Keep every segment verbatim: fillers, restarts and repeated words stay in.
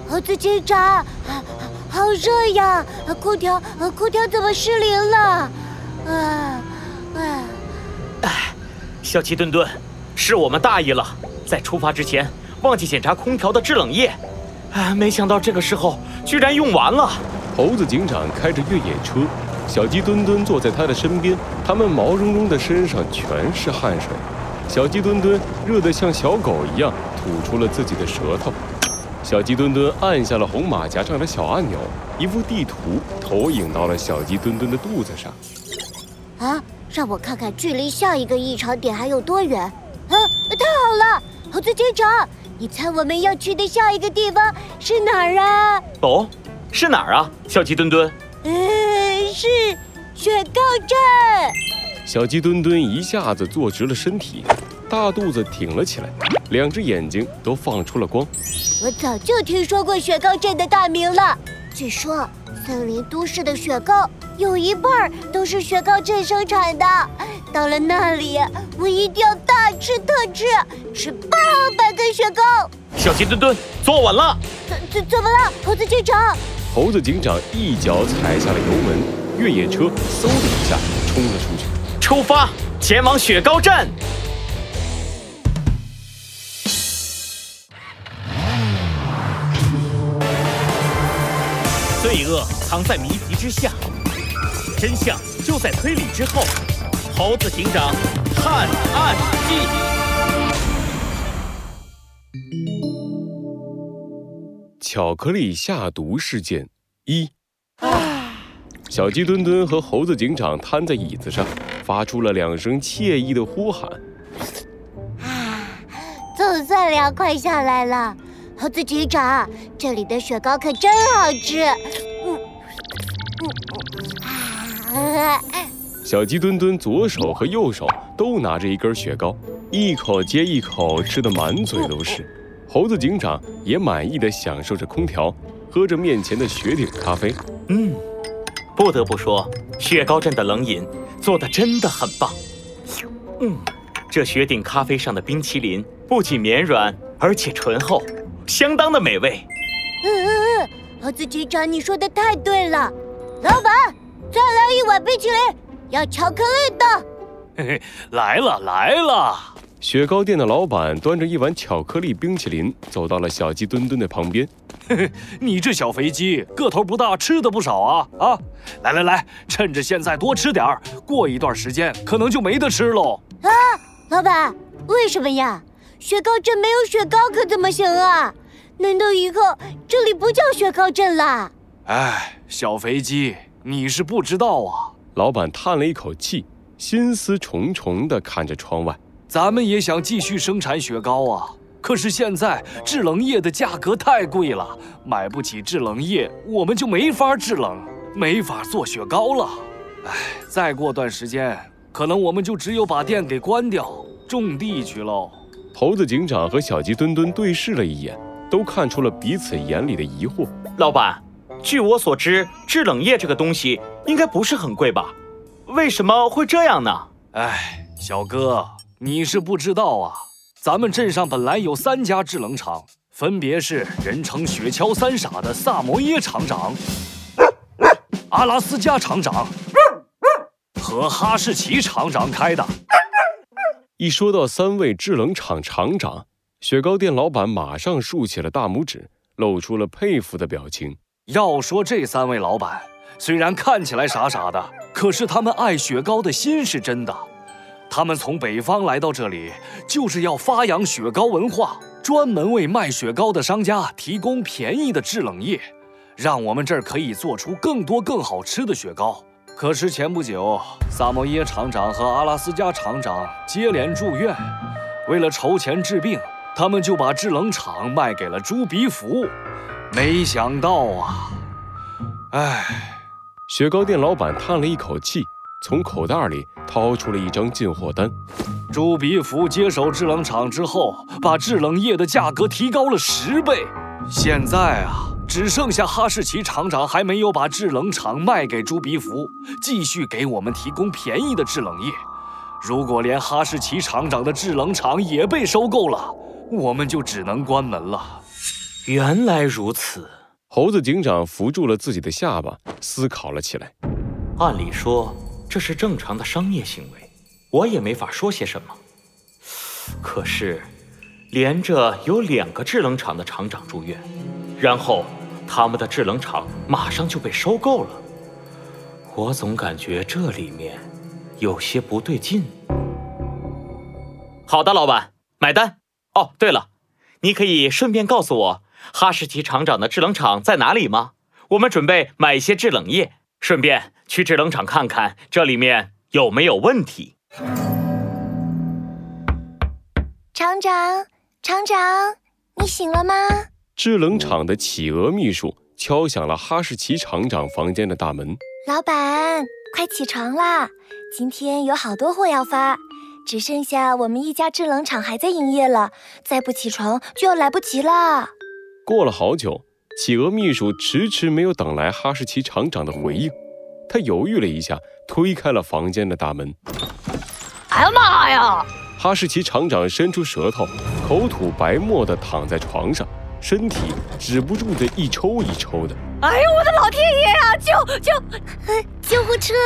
猴子警长，好热呀！空调，空调怎么失灵了？啊啊！ 哎，小鸡墩墩，是我们大意了，在出发之前忘记检查空调的制冷液，啊，没想到这个时候居然用完了。 猴子警长开着越野车，小鸡墩墩坐在他的身边，他们毛茸茸的身上全是汗水。小鸡墩墩热得像小狗一样吐出了自己的舌头。小鸡墩墩按下了红马甲上的小按钮，一幅地图投影到了小鸡墩墩的肚子上。 啊，让我看看距离下一个异常点还有多远。啊，太好了，猴子警长，你猜我们要去的下一个地方是哪儿啊？ 哦，是哪儿啊，小鸡墩墩？ 嗯，是雪糕镇。 小鸡墩墩一下子坐直了身体，大肚子挺了起来，两只眼睛都放出了光。 我早就听说过雪糕镇的大名了，据说森林都市的雪糕有一半都是雪糕镇生产的。到了那里，我一定要大吃特吃，吃八百根雪糕。 小鸡墩墩，坐稳了。 怎怎怎么了，猴子警长？ 猴子警长一脚踩下了油门，越野车嗖的一下冲了出去。 出发，前往雪糕镇。罪恶藏在谜题之下，真相就在推理之后。猴子警长探案记。 巧克力下毒事件一。小鸡墩墩和猴子警长瘫在椅子上，发出了两声惬意的呼喊。 啊，总算凉快下来了。猴子警长，这里的雪糕可真好吃。嗯嗯啊。 小鸡墩墩左手和右手都拿着一根雪糕，一口接一口吃得满嘴都是。猴子警长也满意地享受着空调，喝着面前的雪顶咖啡。 嗯，不得不说，雪糕镇的冷饮做得真的很棒。嗯，这雪顶咖啡上的冰淇淋不仅绵软，而且醇厚，相当的美味。 嗯嗯嗯，猴子警长，你说的太对了。老板，再来一碗冰淇淋，要巧克力的。 嘿嘿，来了来了。 雪糕店的老板端着一碗巧克力冰淇淋走到了小鸡墩墩的旁边。 嘿嘿，你这小肥鸡个头不大，吃的不少啊啊！来来来，趁着现在多吃点儿，过一段时间可能就没得吃喽。 啊，老板，为什么呀？雪糕镇没有雪糕可怎么行啊？难道以后这里不叫雪糕镇啦？ 哎，小肥鸡，你是不知道啊。 老板叹了一口气，心思重重地看着窗外。 咱们也想继续生产雪糕啊，可是现在制冷液的价格太贵了，买不起制冷液，我们就没法制冷，没法做雪糕了。哎，再过段时间，可能我们就只有把店给关掉，种地去喽。 猴子警长和小鸡墩墩对视了一眼，都看出了彼此眼里的疑惑。 老板，据我所知，制冷液这个东西应该不是很贵吧？为什么会这样呢？ 哎，小哥，你是不知道啊，咱们镇上本来有三家制冷厂，分别是人称雪橇三傻的萨摩耶厂长、阿拉斯加厂长和哈士奇厂长开的。 一说到三位制冷厂厂长，雪糕店老板马上竖起了大拇指，露出了佩服的表情。 要说这三位老板，虽然看起来傻傻的，可是他们爱雪糕的心是真的。他们从北方来到这里，就是要发扬雪糕文化，专门为卖雪糕的商家提供便宜的制冷液，让我们这儿可以做出更多更好吃的雪糕。可是前不久，萨摩耶厂长和阿拉斯加厂长接连住院，为了筹钱治病，他们就把制冷厂卖给了猪鼻福。没想到啊，唉， 雪糕店老板叹了一口气，从口袋里掏出了一张进货单。 猪鼻福接手制冷厂之后，把制冷液的价格提高了十倍。现在啊，只剩下哈士奇厂长还没有把制冷厂卖给猪鼻福，继续给我们提供便宜的制冷液。如果连哈士奇厂长的制冷厂也被收购了，我们就只能关门了。 原来如此。 猴子警长扶住了自己的下巴，思考了起来。 按理说，这是正常的商业行为，我也没法说些什么。可是，连着有两个制冷厂的厂长住院，然后他们的制冷厂马上就被收购了。我总感觉这里面有些不对劲。好的，老板，买单。哦，对了，你可以顺便告诉我哈士奇厂长的制冷厂在哪里吗？我们准备买一些制冷液，顺便去制冷厂看看这里面有没有问题。 厂长，厂长，你醒了吗？ 制冷厂的企鹅秘书敲响了哈士奇厂长房间的大门。 老板，快起床啦！今天有好多货要发，只剩下我们一家制冷厂还在营业了，再不起床就要来不及了。 过了好久，企鹅秘书迟迟没有等来哈士奇厂长的回应。他犹豫了一下，推开了房间的大门。 哎呀妈呀！ 哈士奇厂长伸出舌头，口吐白沫地躺在床上，身体止不住地一抽一抽的。 哎呦，我的老天爷啊！救救、呃、救护车！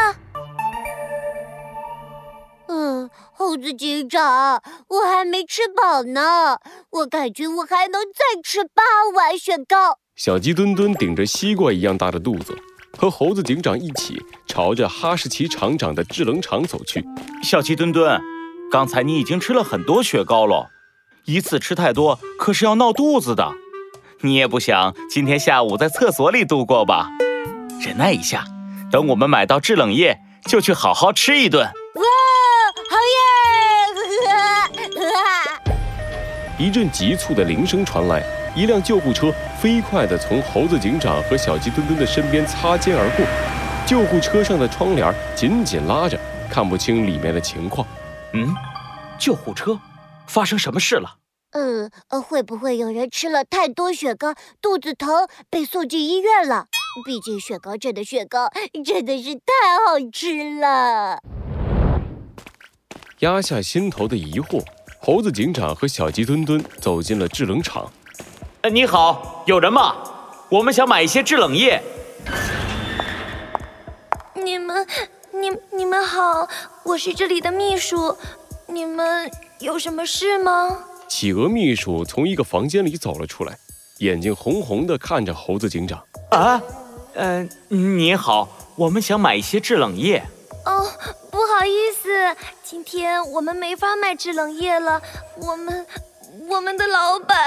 嗯，猴子警长，我还没吃饱呢，我感觉我还能再吃八碗雪糕。 小鸡墩墩顶着西瓜一样大的肚子，和猴子警长一起朝着哈士奇厂长的制冷厂走去。 小鸡墩墩，刚才你已经吃了很多雪糕了，一次吃太多可是要闹肚子的。你也不想今天下午在厕所里度过吧？忍耐一下，等我们买到制冷液，就去好好吃一顿。 哇，好耶！ 一阵急促的铃声传来，一辆救护车飞快地从猴子警长和小鸡墩墩的身边擦肩而过。救护车上的窗帘紧紧拉着，看不清里面的情况。 嗯，救护车，发生什么事了？ 嗯，会不会有人吃了太多雪糕，肚子疼，被送进医院了？毕竟雪糕镇的雪糕真的是太好吃了。 压下心头的疑惑，猴子警长和小鸡墩墩走进了制冷厂。 呃，你好，有人吗？我们想买一些制冷液。 你们，你你们好，我是这里的秘书，你们有什么事吗？ 企鹅秘书从一个房间里走了出来，眼睛红红地看着猴子警长。 啊，呃，你好，我们想买一些制冷液。 哦，不好意思，今天我们没法买制冷液了，我们我们的老板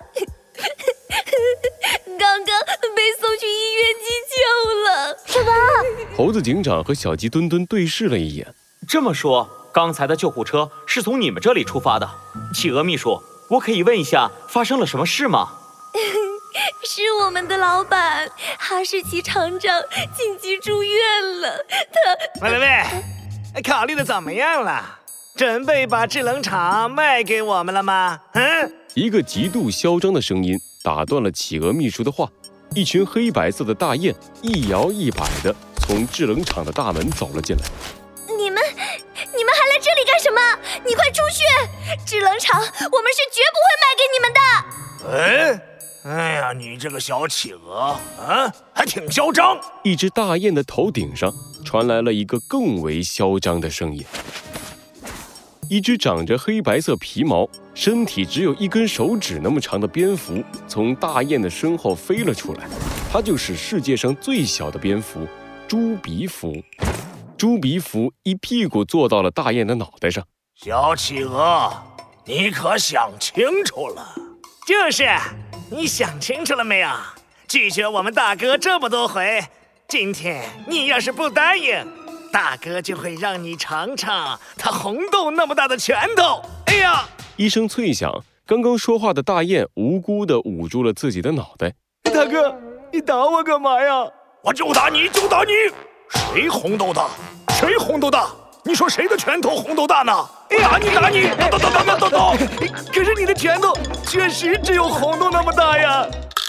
刚刚被送去医院急救了。什么？ 猴子警长和小鸡墩墩对视了一眼。 这么说，刚才的救护车是从你们这里出发的。企鹅秘书，我可以问一下发生了什么事吗？ 是我们的老板哈士奇厂长紧急住院了，他喂喂喂，考虑的怎么样了？准备把制冷厂卖给我们了吗？嗯？ 一个极度嚣张的声音打断了企鹅秘书的话。一群黑白色的大雁一摇一摆地从制冷厂的大门走了进来。 你们你们还来这里干什么？你快出去！制冷厂我们是绝不会卖给你们的。 哎哎呀，你这个小企鹅啊，还挺嚣张！ 一只大雁的头顶上传来了一个更为嚣张的声音。一只长着黑白色皮毛、身体只有一根手指那么长的蝙蝠从大雁的身后飞了出来，它就是世界上最小的蝙蝠——猪鼻蝠。猪鼻蝠一屁股坐到了大雁的脑袋上。 小企鹅，你可想清楚了？就是，你想清楚了没有？拒绝我们大哥这么多回，今天你要是不答应，大哥就会让你尝尝他红豆那么大的拳头。哎呀！ 一声脆响，刚刚说话的大雁无辜地捂住了自己的脑袋。 大哥，你打我干嘛呀？我就打你，就打你！谁红豆大？谁红豆大？你说谁的拳头红豆大呢？哎呀，你打你！打打打打打打！可是你的拳头确实只有红豆那么大呀！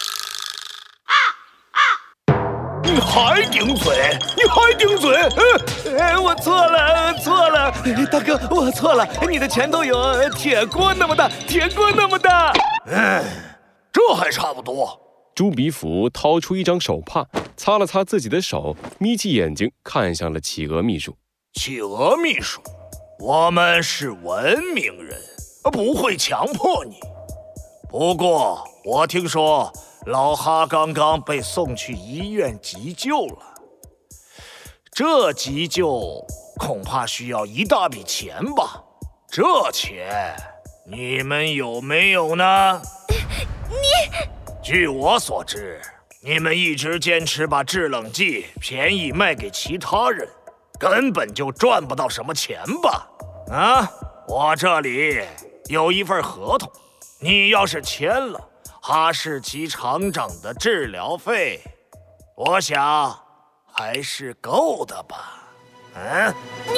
你还顶嘴！你还顶嘴！嗯，哎，我错了，错了，大哥，我错了。你的拳头有铁锅那么大，铁锅那么大。嗯，这还差不多。 朱比甫掏出一张手帕，擦了擦自己的手，眯起眼睛看向了企鹅秘书。 企鹅秘书，我们是文明人，不会强迫你。不过我听说老哈刚刚被送去医院急救了，这急救恐怕需要一大笔钱吧？这钱你们有没有呢？ 你…… 据我所知，你们一直坚持把制冷剂便宜卖给其他人，根本就赚不到什么钱吧？啊，我这里有一份合同，你要是签了哈士奇厂长的治疗费，我想还是够的吧？嗯， 你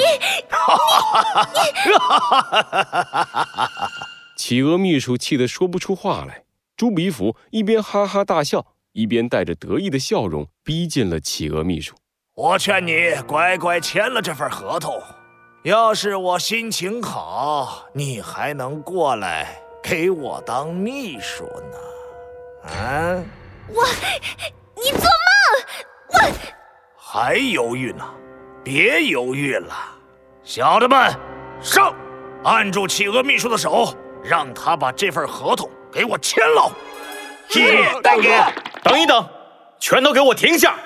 企鹅秘书气得说不出话来。朱比甫一边哈哈大笑，一边带着得意的笑容逼近了企鹅秘书。 我劝你乖乖签了这份合同，要是我心情好，你还能过来给我当秘书呢。啊？ 我……你做梦！我还犹豫呢？别犹豫了，小的们，上！按住企鹅秘书的手，让他把这份合同给我签了。 是，大哥。等一等，全都给我停下！